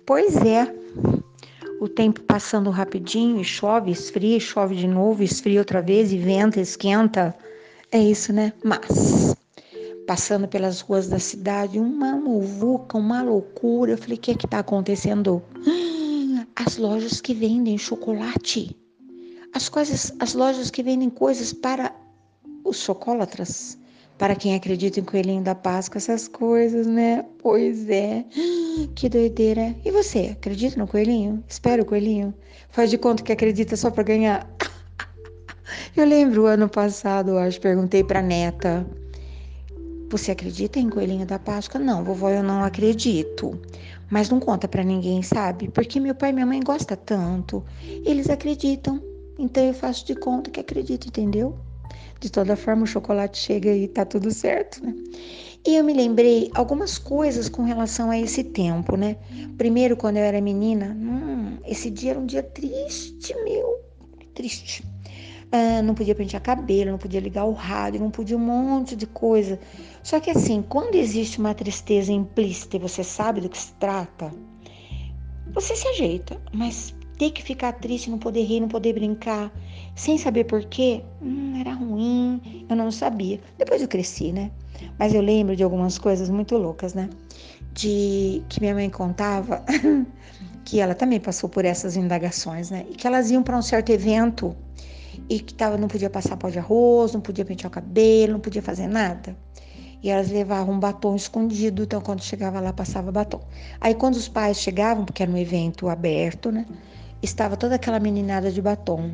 Pois é, o tempo passando rapidinho, e chove, esfria, chove de novo, esfria outra vez, e venta, esquenta. É isso, né? Mas, passando pelas ruas da cidade, uma muvuca, uma loucura. Eu falei, o que é que tá acontecendo? As lojas que vendem chocolate. As lojas que vendem coisas para os chocolatras. Para quem acredita em coelhinho da Páscoa, essas coisas, né? Pois é. Que doideira. E você, acredita no coelhinho? Espera o coelhinho? Faz de conta que acredita só para ganhar? Eu lembro, ano passado, eu acho, perguntei pra neta: você acredita em coelhinho da Páscoa? Não, vovó, eu não acredito. Mas não conta pra ninguém, sabe? Porque meu pai e minha mãe gostam tanto. Eles acreditam. Então eu faço de conta que acredito, entendeu? De toda forma, o chocolate chega e tá tudo certo, né? E eu me lembrei algumas coisas com relação a esse tempo, né? Primeiro, quando eu era menina, esse dia era um dia triste, meu. Triste. Não podia pentear cabelo, não podia ligar o rádio, não podia um monte de coisa. Só que assim, quando existe uma tristeza implícita e você sabe do que se trata, você se ajeita. Mas ter que ficar triste, não poder rir, não poder brincar, sem saber por quê, era ruim, eu não sabia. Depois eu cresci, né? Mas eu lembro de algumas coisas muito loucas, né? De que minha mãe contava que ela também passou por essas indagações, né? E que elas iam para um certo evento e que não podia passar pó de arroz, não podia pentear o cabelo, não podia fazer nada. E elas levavam um batom escondido, então quando chegava lá passava batom. Aí quando os pais chegavam, porque era um evento aberto, né? Estava toda aquela meninada de batom.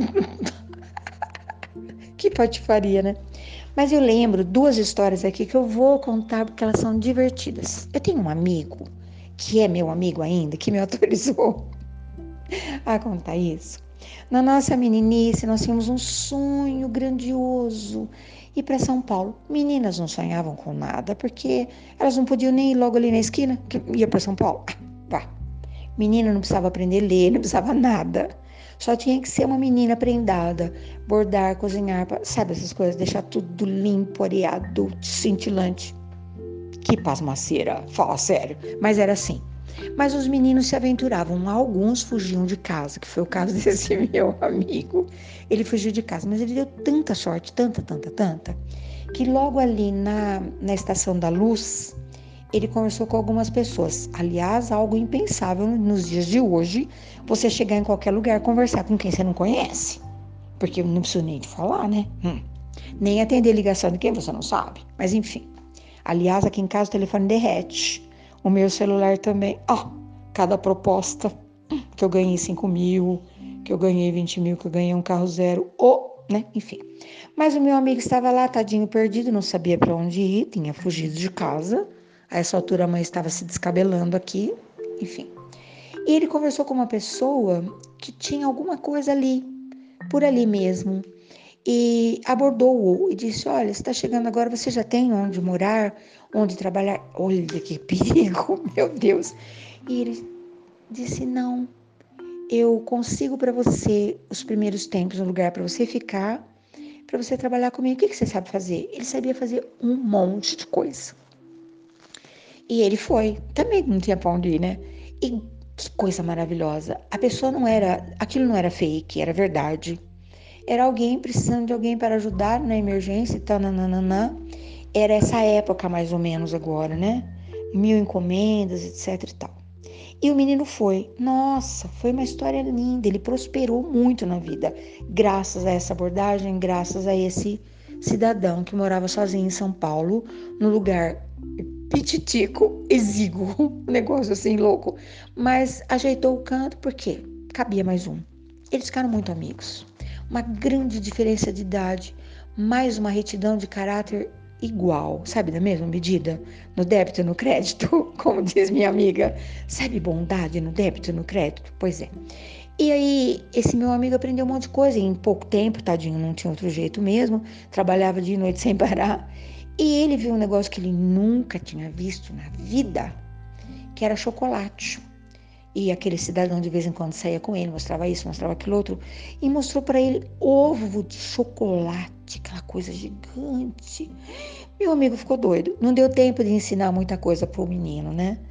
Que patifaria, né? Mas eu lembro duas histórias aqui que eu vou contar porque elas são divertidas. Eu tenho um amigo, que é meu amigo ainda, que me autorizou a contar isso. Na nossa meninice, nós tínhamos um sonho grandioso ir para São Paulo. Meninas não sonhavam com nada, porque elas não podiam nem ir logo ali na esquina, que ia para São Paulo. Vá. Menina não precisava aprender a ler, não precisava nada. Só tinha que ser uma menina prendada, bordar, cozinhar, sabe essas coisas, deixar tudo limpo, areado, cintilante. Que pasmaceira, fala sério. Mas era assim. Mas os meninos se aventuravam, alguns fugiam de casa, que foi o caso desse meu amigo. Ele fugiu de casa, mas ele deu tanta sorte, tanta, que logo ali na Estação da Luz, ele conversou com algumas pessoas. Aliás, algo impensável nos dias de hoje, você chegar em qualquer lugar e conversar com quem você não conhece. Porque não preciso nem te falar, né? Nem atender ligação de quem você não sabe. Mas enfim. Aliás, aqui em casa o telefone derrete. O meu celular também. Cada proposta que eu ganhei 5.000, que eu ganhei 20.000, que eu ganhei um carro zero. Né? Enfim. Mas o meu amigo estava lá, tadinho, perdido, não sabia para onde ir, tinha fugido de casa. A essa altura a mãe estava se descabelando aqui. Enfim. E ele conversou com uma pessoa que tinha alguma coisa ali, por ali mesmo. E abordou-o e disse: olha, você está chegando agora, você já tem onde morar, onde trabalhar? Olha que perigo, meu Deus. E ele disse: não, eu consigo para você os primeiros tempos, um lugar para você ficar, para você trabalhar comigo. O que você sabe fazer? Ele sabia fazer um monte de coisa. E ele foi, também não tinha pra onde ir, né? E que coisa maravilhosa. A pessoa aquilo não era fake, era verdade. Era alguém precisando de alguém para ajudar na emergência e tal, nananana. Era essa época mais ou menos agora, né? 1000 encomendas, etc e tal. E o menino foi. Nossa, foi uma história linda. Ele prosperou muito na vida, graças a essa abordagem, graças a esse cidadão que morava sozinho em São Paulo, no lugar pititico, exíguo, um negócio assim louco. Mas ajeitou o canto porque cabia mais um. Eles ficaram muito amigos. Uma grande diferença de idade, mais uma retidão de caráter igual, sabe, da mesma medida? No débito e no crédito, como diz minha amiga. Sabe bondade no débito e no crédito? Pois é. E aí, esse meu amigo aprendeu um monte de coisa em pouco tempo, tadinho, não tinha outro jeito mesmo, trabalhava dia e noite sem parar. E ele viu um negócio que ele nunca tinha visto na vida, que era chocolate. E aquele cidadão de vez em quando saía com ele, mostrava isso, mostrava aquilo outro, e mostrou para ele ovo de chocolate, aquela coisa gigante. Meu amigo ficou doido. Não deu tempo de ensinar muita coisa pro menino, né?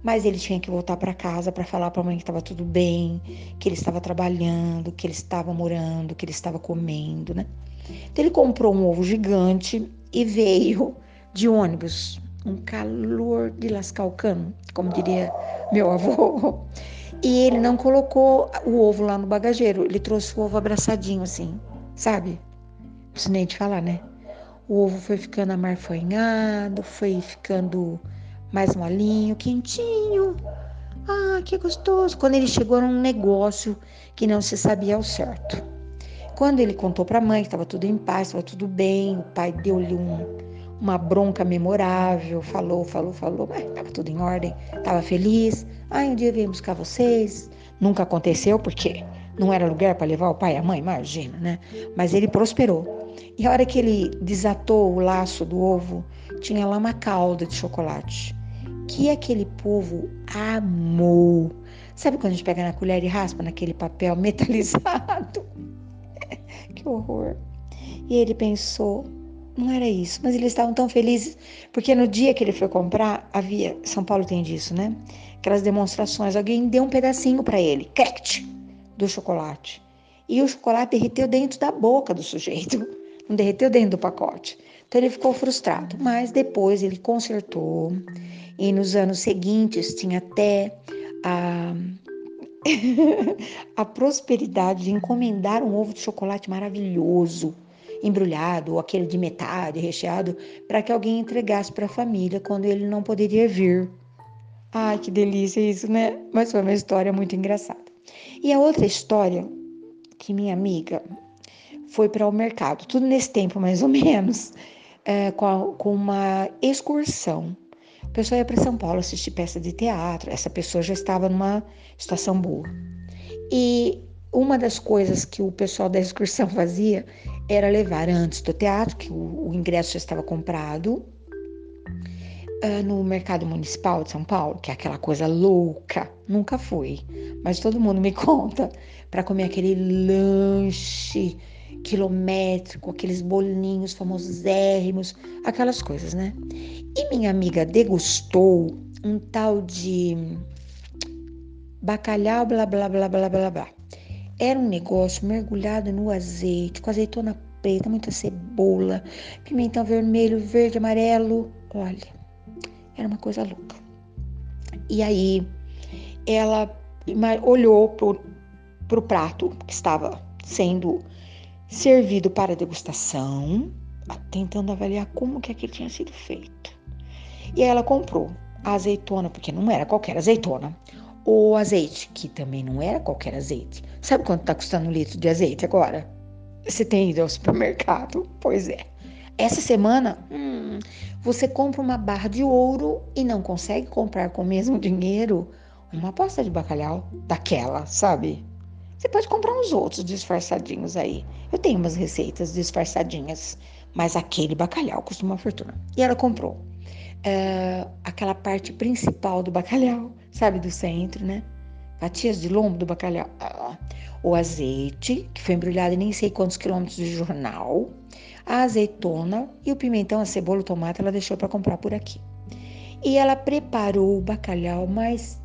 Mas ele tinha que voltar para casa para falar para a mãe que estava tudo bem, que ele estava trabalhando, que ele estava morando, que ele estava comendo, né? Então ele comprou um ovo gigante e veio de ônibus. Um calor de lascar o cano, como diria meu avô. E ele não colocou o ovo lá no bagageiro, ele trouxe o ovo abraçadinho assim, sabe? Não preciso nem te falar, né? O ovo foi ficando amarfanhado, foi ficando mais molinho, quentinho. Ah, que gostoso. Quando ele chegou era um negócio que não se sabia ao certo. Quando ele contou para a mãe que estava tudo em paz, estava tudo bem, o pai deu-lhe uma bronca memorável, falou, mas estava tudo em ordem, estava feliz. Um dia eu vim buscar vocês. Nunca aconteceu porque não era lugar para levar o pai e a mãe, imagina, né? Mas ele prosperou. E a hora que ele desatou o laço do ovo, tinha lá uma calda de chocolate, que aquele povo amou. Sabe quando a gente pega na colher e raspa naquele papel metalizado? Que horror. E ele pensou, não era isso, mas eles estavam tão felizes, porque no dia que ele foi comprar, São Paulo tem disso, né? Aquelas demonstrações, alguém deu um pedacinho para ele, crack, do chocolate. E o chocolate derreteu dentro da boca do sujeito, não derreteu dentro do pacote. Então ele ficou frustrado, mas depois ele consertou. E nos anos seguintes tinha até a a prosperidade de encomendar um ovo de chocolate maravilhoso, embrulhado, ou aquele de metade, recheado, para que alguém entregasse para a família quando ele não poderia vir. Ai, que delícia isso, né? Mas foi uma história muito engraçada. E a outra história, que minha amiga foi para o mercado, tudo nesse tempo mais ou menos, com uma excursão. A pessoa ia para São Paulo assistir peça de teatro, essa pessoa já estava numa situação boa. E uma das coisas que o pessoal da excursão fazia era levar antes do teatro, que o ingresso já estava comprado, no mercado municipal de São Paulo, que é aquela coisa louca, nunca fui, mas todo mundo me conta, para comer aquele lanche quilométrico, aqueles bolinhos famosérrimos, aquelas coisas, né? E minha amiga degustou um tal de bacalhau, blá, blá, blá, blá, blá, blá. Era um negócio mergulhado no azeite, com azeitona preta, muita cebola, pimentão vermelho, verde, amarelo. Olha, era uma coisa louca. E aí, ela olhou pro prato que estava sendo servido para degustação, tentando avaliar como que aquilo tinha sido feito. E aí ela comprou a azeitona, porque não era qualquer azeitona. O azeite, que também não era qualquer azeite. Sabe quanto está custando um litro de azeite agora? Você tem ido ao supermercado? Pois é. Essa semana, você compra uma barra de ouro e não consegue comprar com o mesmo dinheiro uma pasta de bacalhau daquela, sabe? Você pode comprar uns outros disfarçadinhos aí. Eu tenho umas receitas disfarçadinhas, mas aquele bacalhau custa uma fortuna. E ela comprou aquela parte principal do bacalhau, sabe, do centro, né? Fatias de lombo do bacalhau. O azeite, que foi embrulhado em nem sei quantos quilômetros de jornal, a azeitona e o pimentão, a cebola, o tomate, ela deixou para comprar por aqui. E ela preparou o bacalhau, mas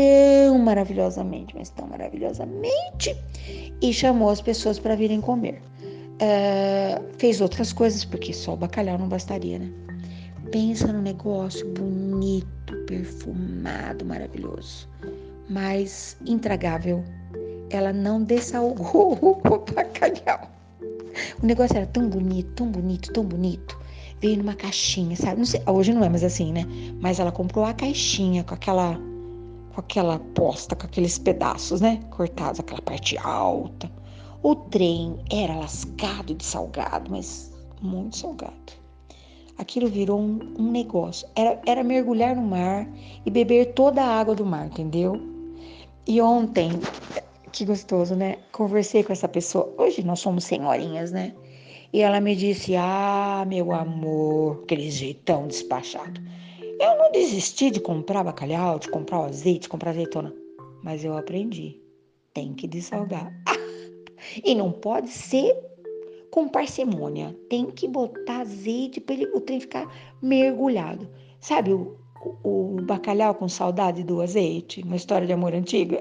mas tão maravilhosamente, e chamou as pessoas para virem comer. Fez outras coisas, porque só o bacalhau não bastaria, né? Pensa num negócio bonito, perfumado, maravilhoso, mas intragável. Ela não dessalgou o bacalhau. O negócio era tão bonito, tão bonito, tão bonito. Veio numa caixinha, sabe? Não sei, hoje não é mais assim, né? Mas ela comprou a caixinha com aquela posta, com aqueles pedaços, né? Cortados, aquela parte alta. O trem era lascado de salgado, mas muito salgado. Aquilo virou um negócio. Era mergulhar no mar e beber toda a água do mar, entendeu? E ontem, que gostoso, né? Conversei com essa pessoa. Hoje nós somos senhorinhas, né? E ela me disse: meu amor, aquele jeitão despachado. Eu não desisti de comprar bacalhau, de comprar o azeite, de comprar azeitona. Mas eu aprendi. Tem que dessalgar. E não pode ser com parcimônia. Tem que botar azeite para o trem ficar mergulhado. Sabe o bacalhau com saudade do azeite, uma história de amor antiga.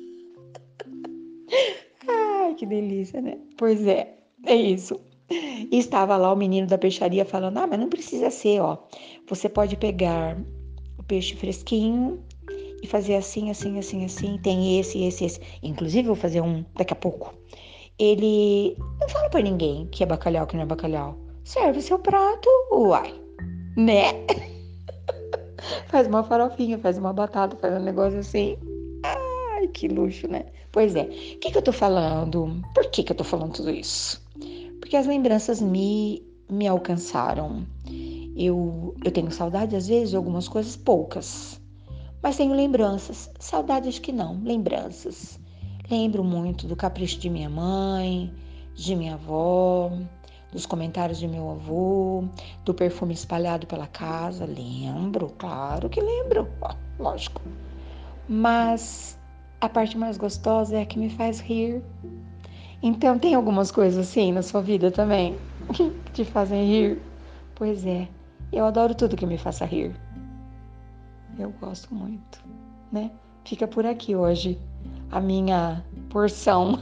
Ai, que delícia, né? Pois é isso. E estava lá o menino da peixaria falando: ah, mas não precisa ser, ó. Você pode pegar o peixe fresquinho e fazer assim, assim, assim, assim. Tem esse. Inclusive, eu vou fazer um daqui a pouco. Ele não fala pra ninguém que é bacalhau, que não é bacalhau. Serve seu prato, uai, né? Faz uma farofinha, faz uma batata, faz um negócio assim. Ai, que luxo, né? Pois é. O que eu tô falando? Por que eu tô falando tudo isso? Porque as lembranças me alcançaram. Eu tenho saudade, às vezes, de algumas coisas poucas. Mas tenho lembranças. Saudades que não, lembranças. Lembro muito do capricho de minha mãe, de minha avó, dos comentários de meu avô, do perfume espalhado pela casa. Lembro, claro que lembro. Ó, lógico. Mas a parte mais gostosa é a que me faz rir. Então, tem algumas coisas assim na sua vida também que te fazem rir? Pois é, eu adoro tudo que me faça rir. Eu gosto muito, né? Fica por aqui hoje a minha porção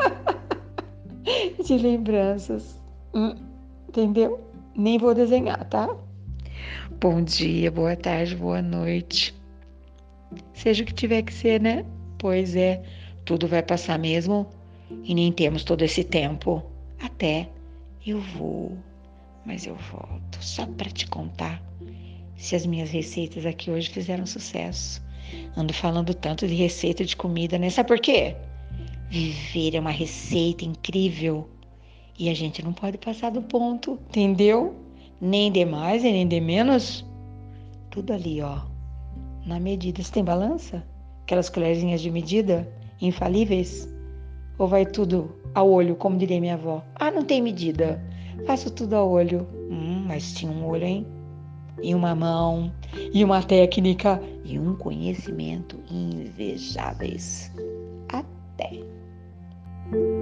de lembranças. Entendeu? Nem vou desenhar, tá? Bom dia, boa tarde, boa noite. Seja o que tiver que ser, né? Pois é, tudo vai passar mesmo e nem temos todo esse tempo. Até eu vou, mas eu volto só para te contar se as minhas receitas aqui hoje fizeram sucesso. Ando falando tanto de receita de comida, né? Sabe por quê? Viver é uma receita incrível e a gente não pode passar do ponto, entendeu? Nem de mais e nem de menos. Tudo ali, ó, na medida. Você tem balança? Aquelas colherzinhas de medida infalíveis? Ou vai tudo ao olho, como diria minha avó? Ah, não tem medida. Faço tudo ao olho. Mas tinha um olho, hein? E uma mão, e uma técnica, e um conhecimento invejáveis. Até!